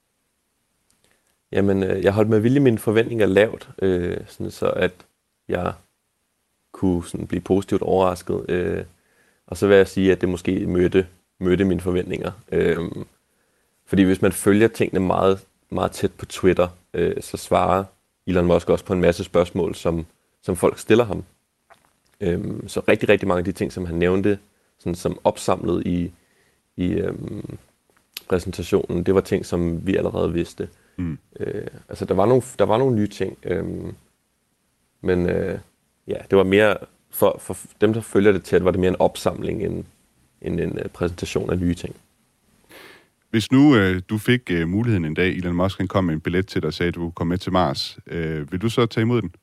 Jamen, øh, jeg holdt med vilje mine forventninger lavt, øh, sådan så at jeg kunne sådan blive positivt overrasket. Øh, og så vil jeg sige, at det måske mødte, mødte mine forventninger. Øh, fordi hvis man følger tingene meget, meget tæt på Twitter, øh, så svarer Elon Musk også på en masse spørgsmål, som, som folk stiller ham. Øh, så rigtig, rigtig mange af de ting, som han nævnte, sådan som opsamlet i, i øhm, præsentationen, det var ting, som vi allerede vidste. Mm. Øh, altså, der var, nogle, der var nogle nye ting, øhm, men øh, ja, det var mere, for, for dem, der følger det tæt, var det mere en opsamling end, end en uh, præsentation af nye ting. Hvis nu øh, du fik øh, muligheden en dag, Elon Musk han kom med en billet til dig og sagde, at du kunne komme med til Mars, øh, vil du så tage imod den?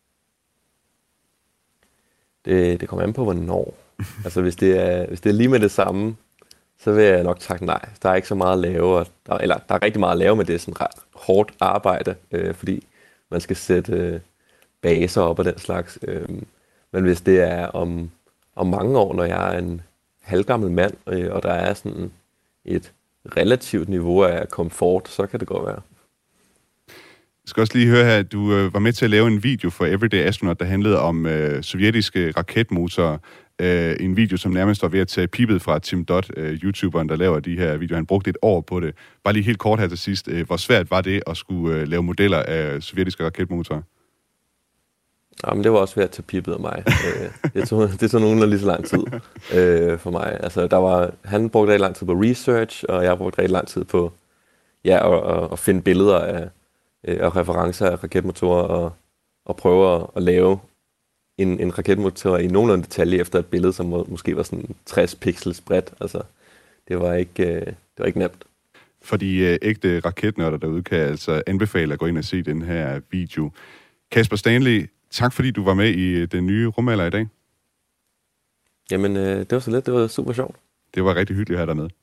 Det, det kommer an på, hvornår. Altså, hvis det, er, hvis det er lige med det samme, så vil jeg nok takke nej. Der er ikke så meget at lave, og der, eller der er rigtig meget at lave, med det er sådan ret hårdt arbejde, øh, fordi man skal sætte øh, baser op og den slags. Øh, men hvis det er om, om mange år, når jeg er en halvgammel mand, øh, og der er sådan et relativt niveau af komfort, så kan det godt være. Jeg skal også lige høre her, at du øh, var med til at lave en video for Everyday Astronaut, der handlede om øh, sovjetiske raketmotorer. Øh, en video, som nærmest var ved at tage pibet fra Tim Dodd, øh, YouTuberen, der laver de her videoer. Han brugte et år på det. Bare lige helt kort her til sidst. Øh, hvor svært var det at skulle øh, lave modeller af sovjetiske raketmotorer? Jamen, det var også ved at tage pibet af mig. øh, det, tog, det tog nogenlunde lige så lang tid øh, for mig. Altså, der var, han brugte rigtig lang tid på research, og jeg brugte rigtig lang tid på ja, at, at, at finde billeder af og referencer af raketmotorer og, og prøve at, at lave en, en raketmotor i nogenlunde detalje efter et billede, som må, måske var sådan tres pixels bredt. Altså, det var ikke, øh, det var ikke nemt. For de øh, ægte raketnørder derude kan jeg altså anbefale at gå ind og se den her video. Kasper Stanley, tak fordi du var med i den nye rumalder i dag. Jamen, øh, det var så lidt. Det var super sjovt. Det var rigtig hyggeligt at have dig med.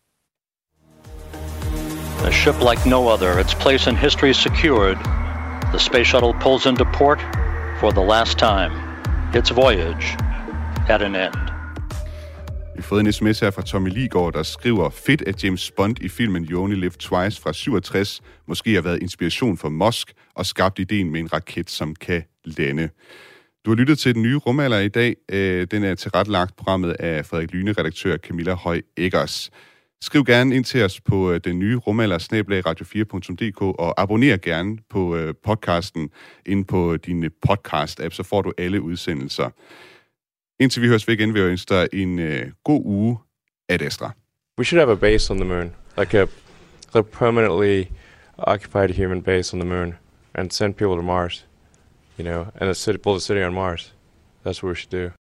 A ship like no other, its place in history secured. The space shuttle pulls into port for the last time. Its voyage at an end. Vi har fået en sms her fra Tommy Ligård, der skriver, fedt at James Bond i filmen You Only Live Twice fra syvogtres måske har været inspiration for Musk og skabt ideen med en raket, som kan lande. Du har lyttet til den nye rumalder i dag. Den er tilrettelagt programmet af Frederik Lyne, redaktør Camilla Høj Eggers. Skriv gerne ind til os på den nye rumalder snabel-a radio fire punktum d k og abonner gerne på podcasten inde på din podcast-app, så får du alle udsendelser. Indtil vi høres ved igen, vil jeg ønske dig en uh, god uge ad Astra. We should have a base on the moon, like a, a permanently occupied human base on the moon, and send people to Mars, you know, and a city, build a city on Mars. That's what we should do.